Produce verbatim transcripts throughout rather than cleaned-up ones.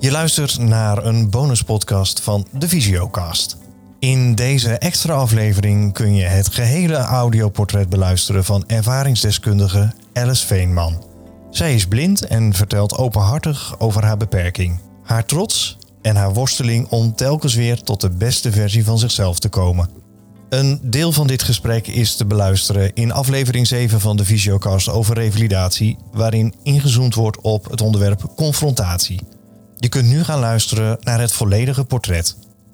Je luistert naar een bonuspodcast van de Visiocast. In deze extra aflevering kun je het gehele audioportret beluisteren van ervaringsdeskundige Alice Veenman. Zij is blind en vertelt openhartig over haar beperking, haar trots en haar worsteling om telkens weer tot de beste versie van zichzelf te komen. Een deel van dit gesprek is te beluisteren in aflevering zeven van de Visiocast over revalidatie, waarin ingezoomd wordt op het onderwerp confrontatie. Je kunt nu gaan luisteren naar het volledige portret.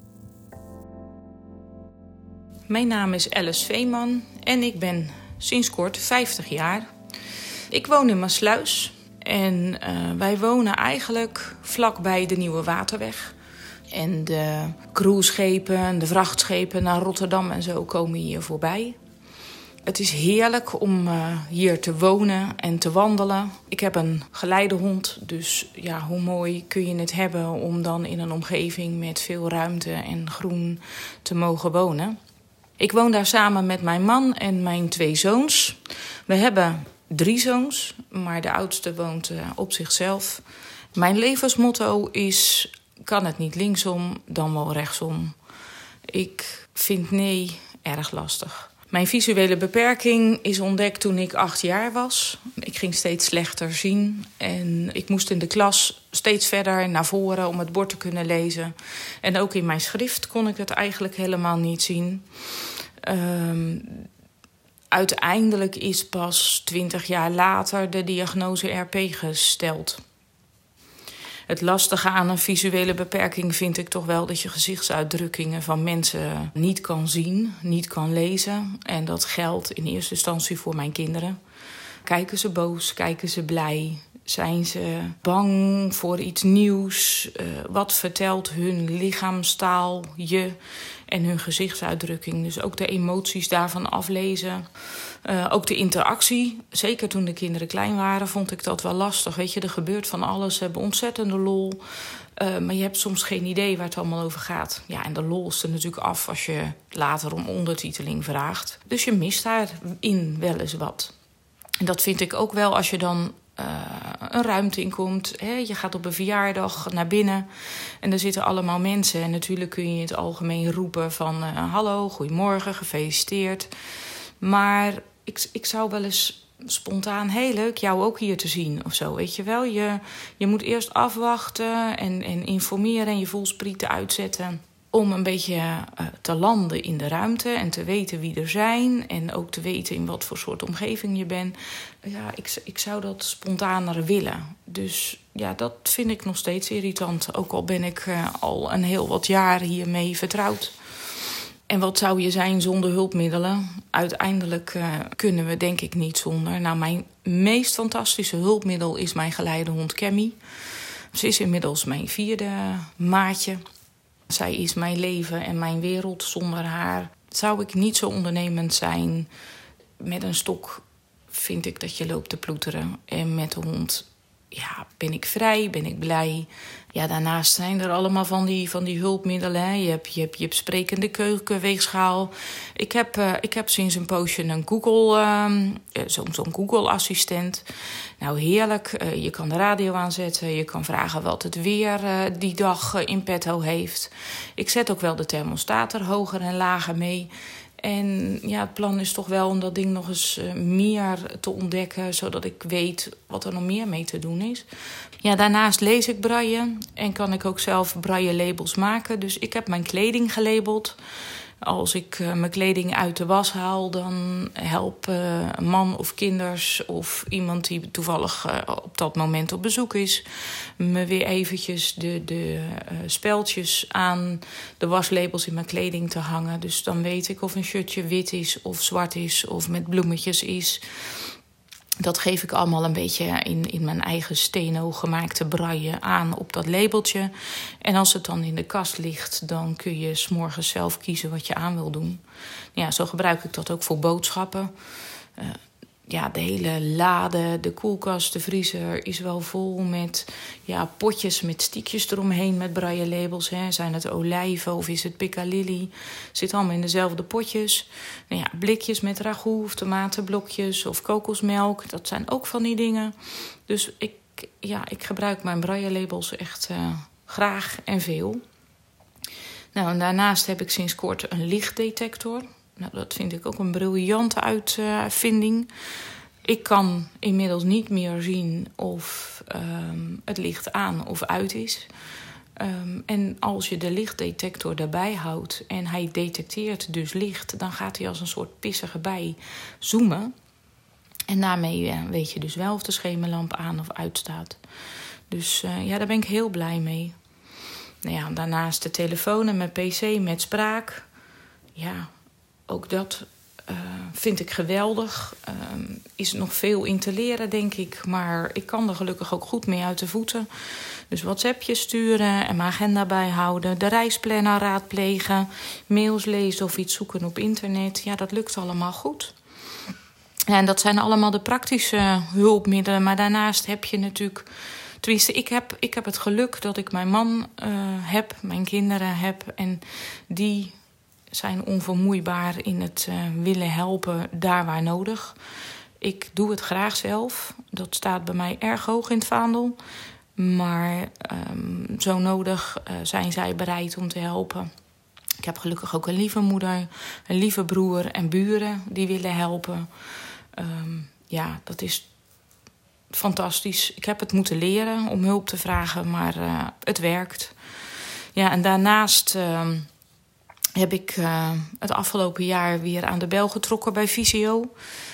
Mijn naam is Alice Veenman en ik ben sinds kort vijftig jaar. Ik woon in Maassluis en uh, wij wonen eigenlijk vlakbij de Nieuwe Waterweg. En de cruiseschepen, de vrachtschepen naar Rotterdam en zo komen hier voorbij. Het is heerlijk om uh, hier te wonen en te wandelen. Ik heb een geleidehond, dus ja, hoe mooi kun je het hebben om dan in een omgeving met veel ruimte en groen te mogen wonen. Ik woon daar samen met mijn man en mijn twee zoons. We hebben drie zoons, maar de oudste woont uh, op zichzelf. Mijn levensmotto is: kan het niet linksom, dan wel rechtsom. Ik vind nee erg lastig. Mijn visuele beperking is ontdekt toen ik acht jaar was. Ik ging steeds slechter zien en ik moest in de klas steeds verder naar voren om het bord te kunnen lezen. En ook in mijn schrift kon ik het eigenlijk helemaal niet zien. Um, uiteindelijk is pas twintig jaar later de diagnose R P gesteld. Het lastige aan een visuele beperking vind ik toch wel dat je gezichtsuitdrukkingen van mensen niet kan zien, niet kan lezen. En dat geldt in eerste instantie voor mijn kinderen. Kijken ze boos, kijken ze blij? Zijn ze bang voor iets nieuws? Uh, wat vertelt hun lichaamstaal je en hun gezichtsuitdrukking? Dus ook de emoties daarvan aflezen. Uh, ook de interactie. Zeker toen de kinderen klein waren vond ik dat wel lastig. Weet je, er gebeurt van alles. Ze hebben ontzettende lol. Uh, maar je hebt soms geen idee waar het allemaal over gaat. Ja, en de lol is er natuurlijk af als je later om ondertiteling vraagt. Dus je mist daarin wel eens wat. En dat vind ik ook wel als je dan Uh, een ruimte inkomt. Hè? Je gaat op een verjaardag naar binnen en er zitten allemaal mensen. En natuurlijk kun je in het algemeen roepen van Uh, hallo, goedemorgen, gefeliciteerd. Maar ik, ik zou wel eens spontaan, heel leuk, jou ook hier te zien of zo. Weet je wel, je, je moet eerst afwachten en, en informeren en je voelsprieten uitzetten om een beetje uh, te landen in de ruimte en te weten wie er zijn. En ook te weten in wat voor soort omgeving je bent. Ja, ik, ik zou dat spontaner willen. Dus ja, dat vind ik nog steeds irritant. Ook al ben ik uh, al een heel wat jaren hiermee vertrouwd. En wat zou je zijn zonder hulpmiddelen? Uiteindelijk uh, kunnen we denk ik niet zonder. Nou, mijn meest fantastische hulpmiddel is mijn geleidehond Cammy. Ze is inmiddels mijn vierde maatje. Zij is mijn leven en mijn wereld. Zonder haar zou ik niet zo ondernemend zijn. Met een stok vind ik dat je loopt te ploeteren. En met de hond ja, ben ik vrij, ben ik blij. Ja, daarnaast zijn er allemaal van die, van die hulpmiddelen. Hè. Je hebt, je hebt, je hebt sprekende keukenweegschaal. Ik heb, uh, ik heb sinds een poosje een Google, uh, zo'n, zo'n Google-assistent. Nou, heerlijk. Uh, je kan de radio aanzetten. Je kan vragen wat het weer uh, die dag uh, in petto heeft. Ik zet ook wel de thermostaat er hoger en lager mee. En ja, het plan is toch wel om dat ding nog eens uh, meer te ontdekken, zodat ik weet wat er nog meer mee te doen is. Ja, daarnaast lees ik braille en kan ik ook zelf braille labels maken. Dus ik heb mijn kleding gelabeld. Als ik uh, mijn kleding uit de was haal, dan help uh, een man of kinders of iemand die toevallig uh, op dat moment op bezoek is me weer eventjes de, de uh, speldjes aan de waslabels in mijn kleding te hangen. Dus dan weet ik of een shirtje wit is of zwart is of met bloemetjes is. Dat geef ik allemaal een beetje in, in mijn eigen steno gemaakte braille aan op dat labeltje. En als het dan in de kast ligt, dan kun je 's morgens zelf kiezen wat je aan wil doen. Ja, zo gebruik ik dat ook voor boodschappen. Uh, ja, de hele lade, de koelkast, de vriezer is wel vol met ja, potjes met stiekjes eromheen met braille labels. Hè. Zijn het olijven of is het piccalilli? Zit allemaal in dezelfde potjes. Nou ja, blikjes met ragout of tomatenblokjes of kokosmelk. Dat zijn ook van die dingen. Dus ik, ja, ik gebruik mijn braille labels echt uh, graag en veel. Nou, en daarnaast heb ik sinds kort een lichtdetector. Nou, dat vind ik ook een briljante uitvinding. Ik kan inmiddels niet meer zien of um, het licht aan of uit is. Um, en als je de lichtdetector daarbij houdt en hij detecteert dus licht, dan gaat hij als een soort pissige bij zoomen. En daarmee ja, weet je dus wel of de schemerlamp aan of uit staat. Dus uh, ja, daar ben ik heel blij mee. Nou ja, daarnaast de telefoon en mijn pc met spraak. Ja, ook dat uh, vind ik geweldig. Uh, is nog veel in te leren, denk ik. Maar ik kan er gelukkig ook goed mee uit de voeten. Dus WhatsAppjes sturen en mijn agenda bijhouden. De reisplanner raadplegen. Mails lezen of iets zoeken op internet. Ja, dat lukt allemaal goed. En dat zijn allemaal de praktische hulpmiddelen. Maar daarnaast heb je natuurlijk... Tenminste, ik heb, ik heb het geluk dat ik mijn man uh, heb, mijn kinderen heb. En die zijn onvermoeibaar in het uh, willen helpen daar waar nodig. Ik doe het graag zelf. Dat staat bij mij erg hoog in het vaandel. Maar um, zo nodig uh, zijn zij bereid om te helpen. Ik heb gelukkig ook een lieve moeder, een lieve broer en buren die willen helpen. Um, ja, dat is fantastisch. Ik heb het moeten leren om hulp te vragen, maar uh, het werkt. Ja, en daarnaast uh, heb ik uh, het afgelopen jaar weer aan de bel getrokken bij Visio.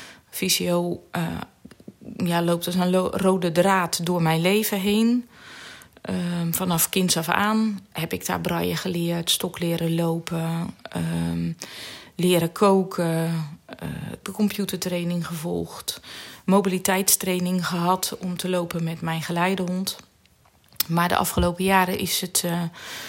Visio uh, ja, loopt als een lo- rode draad door mijn leven heen. Uh, vanaf kinds af aan heb ik daar braille geleerd, stok leren lopen, uh, leren koken, uh, de computertraining gevolgd, mobiliteitstraining gehad om te lopen met mijn geleidehond. Maar de afgelopen jaren is, het, uh,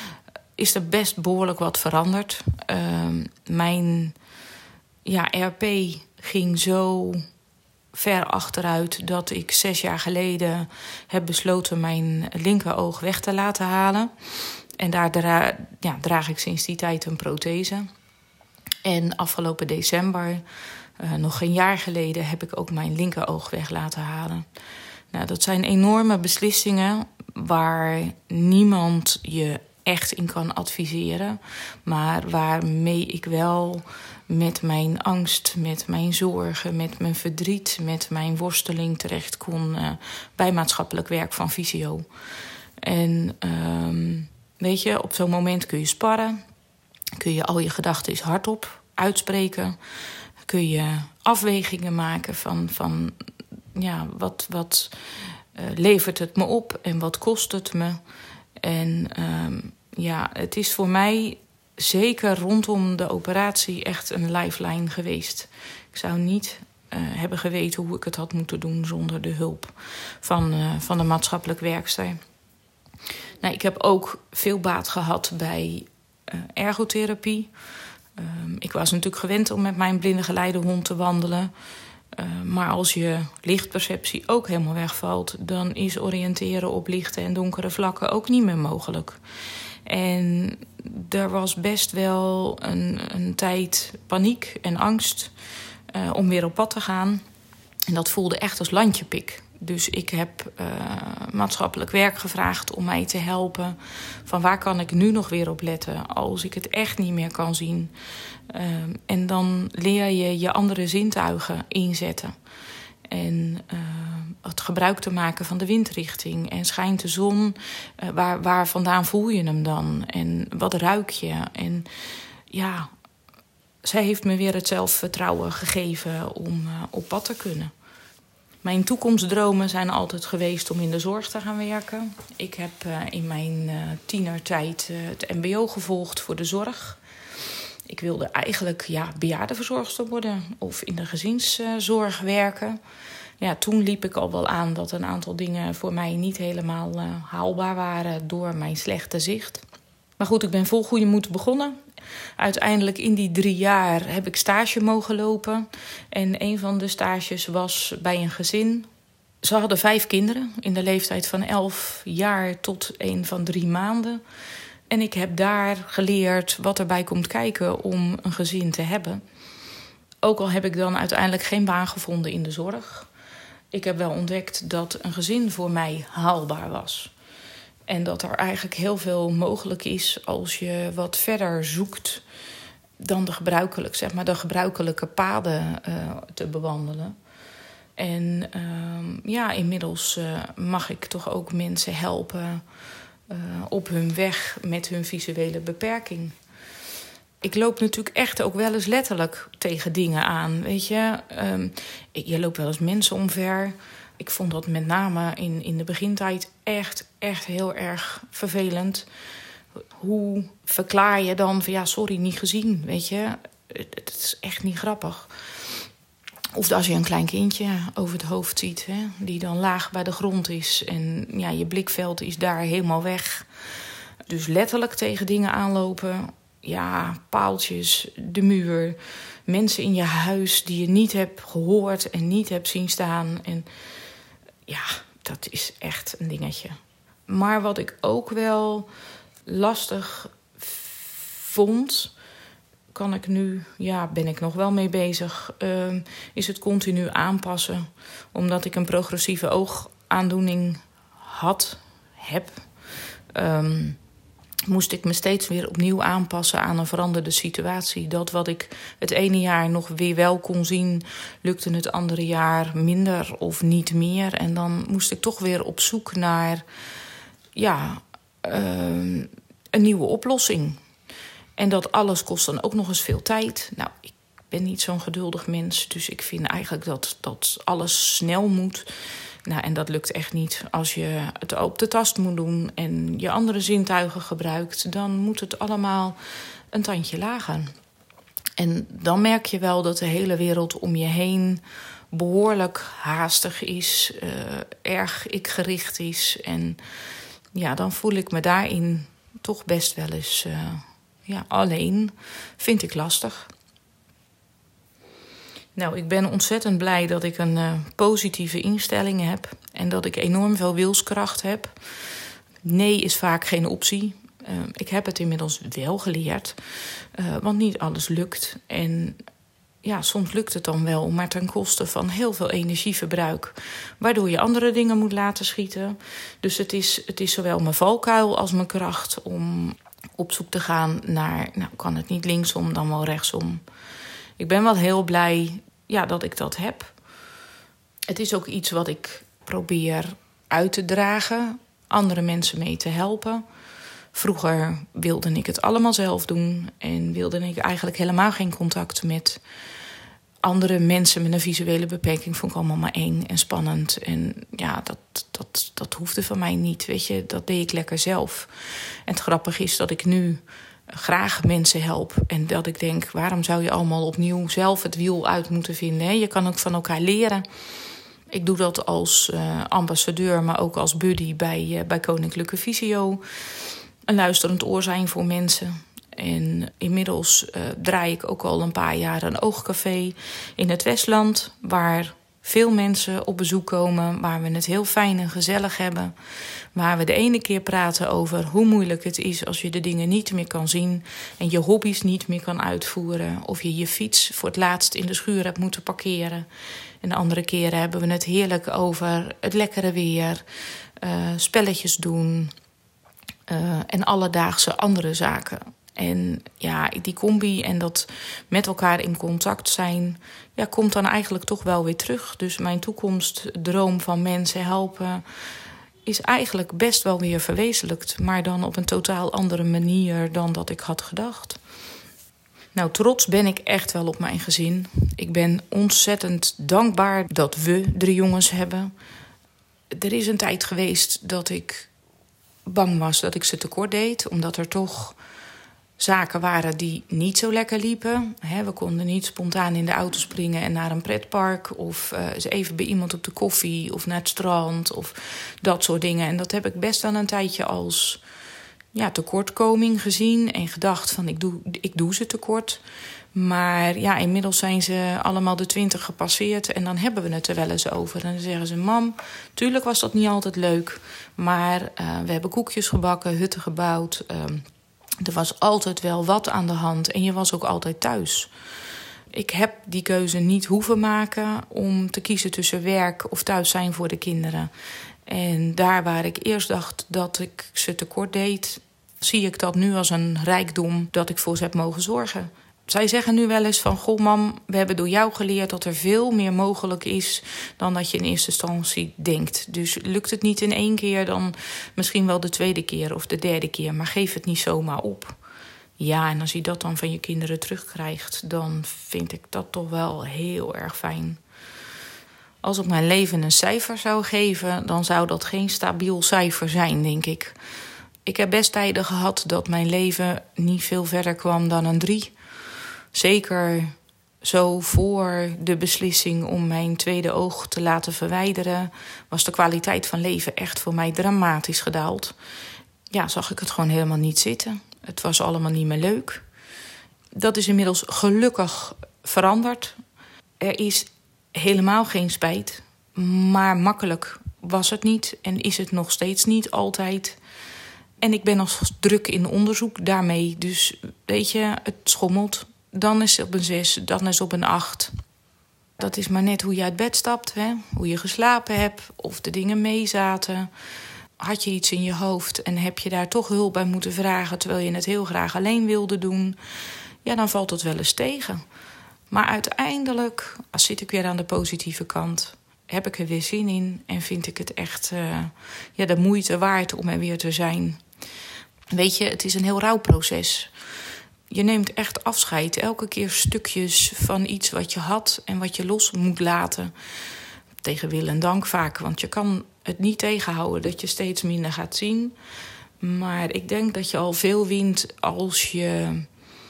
is er best behoorlijk wat veranderd. Uh, mijn ja, R P ging zo ver achteruit dat ik zes jaar geleden heb besloten mijn linkeroog weg te laten halen. En daar dra- ja, draag ik sinds die tijd een prothese. En afgelopen december, uh, nog geen jaar geleden, heb ik ook mijn linkeroog weg laten halen. Nou, dat zijn enorme beslissingen waar niemand je echt in kan adviseren. Maar waarmee ik wel met mijn angst, met mijn zorgen, met mijn verdriet, met mijn worsteling terecht kon uh, bij maatschappelijk werk van Visio. En um, weet je, op zo'n moment kun je sparren. Kun je al je gedachten hardop uitspreken. Kun je afwegingen maken van, van ja, wat, wat uh, levert het me op en wat kost het me. En um, ja, het is voor mij zeker rondom de operatie echt een lifeline geweest. Ik zou niet uh, hebben geweten hoe ik het had moeten doen zonder de hulp van, uh, van de maatschappelijk werkster. Nou, ik heb ook veel baat gehad bij uh, ergotherapie. Uh, ik was natuurlijk gewend om met mijn blinde geleidehond te wandelen. Uh, maar als je lichtperceptie ook helemaal wegvalt, dan is oriënteren op lichte en donkere vlakken ook niet meer mogelijk. En er was best wel een, een tijd paniek en angst uh, om weer op pad te gaan. En dat voelde echt als landjepik. Dus ik heb uh, maatschappelijk werk gevraagd om mij te helpen. Van waar kan ik nu nog weer op letten als ik het echt niet meer kan zien. Uh, en dan leer je je andere zintuigen inzetten. En uh, het gebruik te maken van de windrichting. En schijnt de zon, uh, waar, waar vandaan voel je hem dan? En wat ruik je? En ja, zij heeft me weer het zelfvertrouwen gegeven om uh, op pad te kunnen. Mijn toekomstdromen zijn altijd geweest om in de zorg te gaan werken. Ik heb uh, in mijn uh, tienertijd uh, het mbo gevolgd voor de zorg. Ik wilde eigenlijk ja, bejaardenverzorgster worden of in de gezinszorg werken. Ja, toen liep ik al wel aan dat een aantal dingen voor mij niet helemaal uh, haalbaar waren door mijn slechte zicht. Maar goed, ik ben vol goede moed begonnen. Uiteindelijk in die drie jaar heb ik stage mogen lopen. En een van de stages was bij een gezin. Ze hadden vijf kinderen in de leeftijd van elf jaar tot een van drie maanden. En ik heb daar geleerd wat erbij komt kijken om een gezin te hebben. Ook al heb ik dan uiteindelijk geen baan gevonden in de zorg. Ik heb wel ontdekt dat een gezin voor mij haalbaar was. En dat er eigenlijk heel veel mogelijk is als je wat verder zoekt dan de gebruikelijke, zeg maar, de gebruikelijke paden uh, te bewandelen. En uh, ja, inmiddels uh, mag ik toch ook mensen helpen uh, op hun weg met hun visuele beperking. Ik loop natuurlijk echt ook wel eens letterlijk tegen dingen aan, weet je. Um, ik, je loopt wel eens mensen omver. Ik vond dat met name in, in de begintijd echt, echt heel erg vervelend. Hoe verklaar je dan van ja, sorry, niet gezien, weet je. Het, het is echt niet grappig. Of als je een klein kindje over het hoofd ziet, hè, die dan laag bij de grond is. En ja, je blikveld is daar helemaal weg. Dus letterlijk tegen dingen aanlopen. Ja, paaltjes, de muur. Mensen in je huis die je niet hebt gehoord en niet hebt zien staan. En ja, dat is echt een dingetje. Maar wat ik ook wel lastig vond, kan ik nu, ja, ben ik nog wel mee bezig, uh, is het continu aanpassen. Omdat ik een progressieve oogaandoening had, heb, um, moest ik me steeds weer opnieuw aanpassen aan een veranderde situatie. Dat wat ik het ene jaar nog weer wel kon zien, lukte het andere jaar minder of niet meer. En dan moest ik toch weer op zoek naar ja, uh, een nieuwe oplossing. En dat alles kost dan ook nog eens veel tijd. Nou, ik ben niet zo'n geduldig mens, dus ik vind eigenlijk dat, dat alles snel moet. Nou, en dat lukt echt niet. Als je het op de tast moet doen en je andere zintuigen gebruikt, dan moet het allemaal een tandje lager. En dan merk je wel dat de hele wereld om je heen behoorlijk haastig is, uh, erg ikgericht is. En ja, dan voel ik me daarin toch best wel eens uh, ja, alleen. Vind ik lastig. Nou, ik ben ontzettend blij dat ik een uh, positieve instelling heb en dat ik enorm veel wilskracht heb. Nee is vaak geen optie. Uh, ik heb het inmiddels wel geleerd, uh, want niet alles lukt. En ja, soms lukt het dan wel, maar ten koste van heel veel energieverbruik, waardoor je andere dingen moet laten schieten. Dus het is, het is zowel mijn valkuil als mijn kracht om op zoek te gaan naar, nou, kan het niet linksom, dan wel rechtsom. Ik ben wel heel blij ja, dat ik dat heb. Het is ook iets wat ik probeer uit te dragen, andere mensen mee te helpen. Vroeger wilde ik het allemaal zelf doen en wilde ik eigenlijk helemaal geen contact met andere mensen met een visuele beperking. Vond ik allemaal maar eng en spannend. En ja, dat, dat, dat hoefde van mij niet, weet je. Dat deed ik lekker zelf. En het grappige is dat ik nu graag mensen help. En dat ik denk, waarom zou je allemaal opnieuw zelf het wiel uit moeten vinden? Hè? Je kan ook van elkaar leren. Ik doe dat als uh, ambassadeur, maar ook als buddy bij, uh, bij Koninklijke Visio. Een luisterend oor zijn voor mensen. En inmiddels uh, draai ik ook al een paar jaar een oogcafé in het Westland, waar veel mensen op bezoek komen, waar we het heel fijn en gezellig hebben. Waar we de ene keer praten over hoe moeilijk het is als je de dingen niet meer kan zien en je hobby's niet meer kan uitvoeren. Of je je fiets voor het laatst in de schuur hebt moeten parkeren. En de andere keren hebben we het heerlijk over het lekkere weer, uh, spelletjes doen uh, en alledaagse andere zaken. En ja, die combi en dat met elkaar in contact zijn, ja, komt dan eigenlijk toch wel weer terug. Dus mijn toekomstdroom van mensen helpen is eigenlijk best wel weer verwezenlijkt, maar dan op een totaal andere manier dan dat ik had gedacht. Nou, trots ben ik echt wel op mijn gezin. Ik ben ontzettend dankbaar dat we drie jongens hebben. Er is een tijd geweest dat ik bang was dat ik ze tekort deed, omdat er toch zaken waren die niet zo lekker liepen. We konden niet spontaan in de auto springen en naar een pretpark, of uh, eens even bij iemand op de koffie of naar het strand of dat soort dingen. En dat heb ik best wel een tijdje als ja, tekortkoming gezien en gedacht van ik doe, ik doe ze tekort. Maar ja, inmiddels zijn ze allemaal de twintig gepasseerd en dan hebben we het er wel eens over. En dan zeggen ze, mam, tuurlijk was dat niet altijd leuk, maar uh, we hebben koekjes gebakken, hutten gebouwd. Uh, Er was altijd wel wat aan de hand en je was ook altijd thuis. Ik heb die keuze niet hoeven maken om te kiezen tussen werk of thuis zijn voor de kinderen. En daar waar ik eerst dacht dat ik ze tekort deed, zie ik dat nu als een rijkdom dat ik voor ze heb mogen zorgen. Zij zeggen nu wel eens van, goh mam, we hebben door jou geleerd dat er veel meer mogelijk is dan dat je in eerste instantie denkt. Dus lukt het niet in één keer, dan misschien wel de tweede keer of de derde keer. Maar geef het niet zomaar op. Ja, en als je dat dan van je kinderen terugkrijgt, dan vind ik dat toch wel heel erg fijn. Als ik mijn leven een cijfer zou geven, dan zou dat geen stabiel cijfer zijn, denk ik. Ik heb best tijden gehad dat mijn leven niet veel verder kwam dan een drie. Zeker zo voor de beslissing om mijn tweede oog te laten verwijderen, was de kwaliteit van leven echt voor mij dramatisch gedaald. Ja, zag ik het gewoon helemaal niet zitten. Het was allemaal niet meer leuk. Dat is inmiddels gelukkig veranderd. Er is helemaal geen spijt, maar makkelijk was het niet en is het nog steeds niet altijd. En ik ben nog druk in onderzoek daarmee. Dus weet je, het schommelt. Dan is het op een zes, dan is het op een acht. Dat is maar net hoe je uit bed stapt, hè? Hoe je geslapen hebt, of de dingen meezaten. Had je iets in je hoofd en heb je daar toch hulp bij moeten vragen, terwijl je het heel graag alleen wilde doen, ja, dan valt het wel eens tegen. Maar uiteindelijk, als zit ik weer aan de positieve kant, heb ik er weer zin in en vind ik het echt uh, ja, de moeite waard om er weer te zijn. Weet je, het is een heel rouwproces. Je neemt echt afscheid, elke keer stukjes van iets wat je had en wat je los moet laten. Tegen wil en dank vaak, want je kan het niet tegenhouden dat je steeds minder gaat zien. Maar ik denk dat je al veel wint als je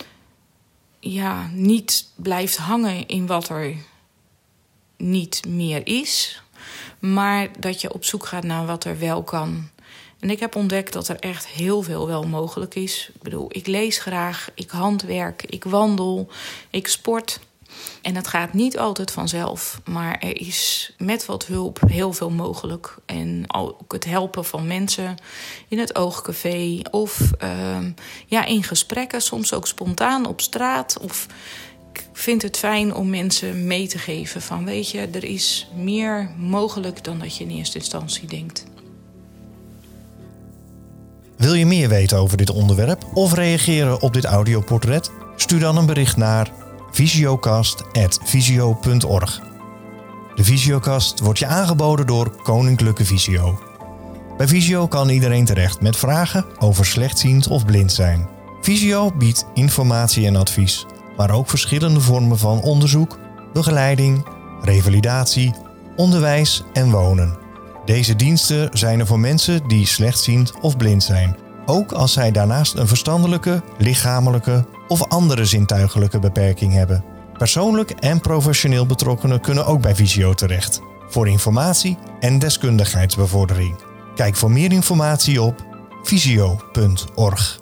ja, niet blijft hangen in wat er niet meer is, maar dat je op zoek gaat naar wat er wel kan. En ik heb ontdekt dat er echt heel veel wel mogelijk is. Ik bedoel, ik lees graag, ik handwerk, ik wandel, ik sport. En het gaat niet altijd vanzelf, maar er is met wat hulp heel veel mogelijk. En ook het helpen van mensen in het oogcafé of uh, ja, in gesprekken, soms ook spontaan op straat. Of ik vind het fijn om mensen mee te geven van, weet je, er is meer mogelijk dan dat je in eerste instantie denkt. Wil je meer weten over dit onderwerp of reageren op dit audioportret? Stuur dan een bericht naar visiocast at visio punt org. De Visiocast wordt je aangeboden door Koninklijke Visio. Bij Visio kan iedereen terecht met vragen over slechtziend of blind zijn. Visio biedt informatie en advies, maar ook verschillende vormen van onderzoek, begeleiding, revalidatie, onderwijs en wonen. Deze diensten zijn er voor mensen die slechtziend of blind zijn, ook als zij daarnaast een verstandelijke, lichamelijke of andere zintuigelijke beperking hebben. Persoonlijk en professioneel betrokkenen kunnen ook bij Visio terecht, voor informatie en deskundigheidsbevordering. Kijk voor meer informatie op visio punt org.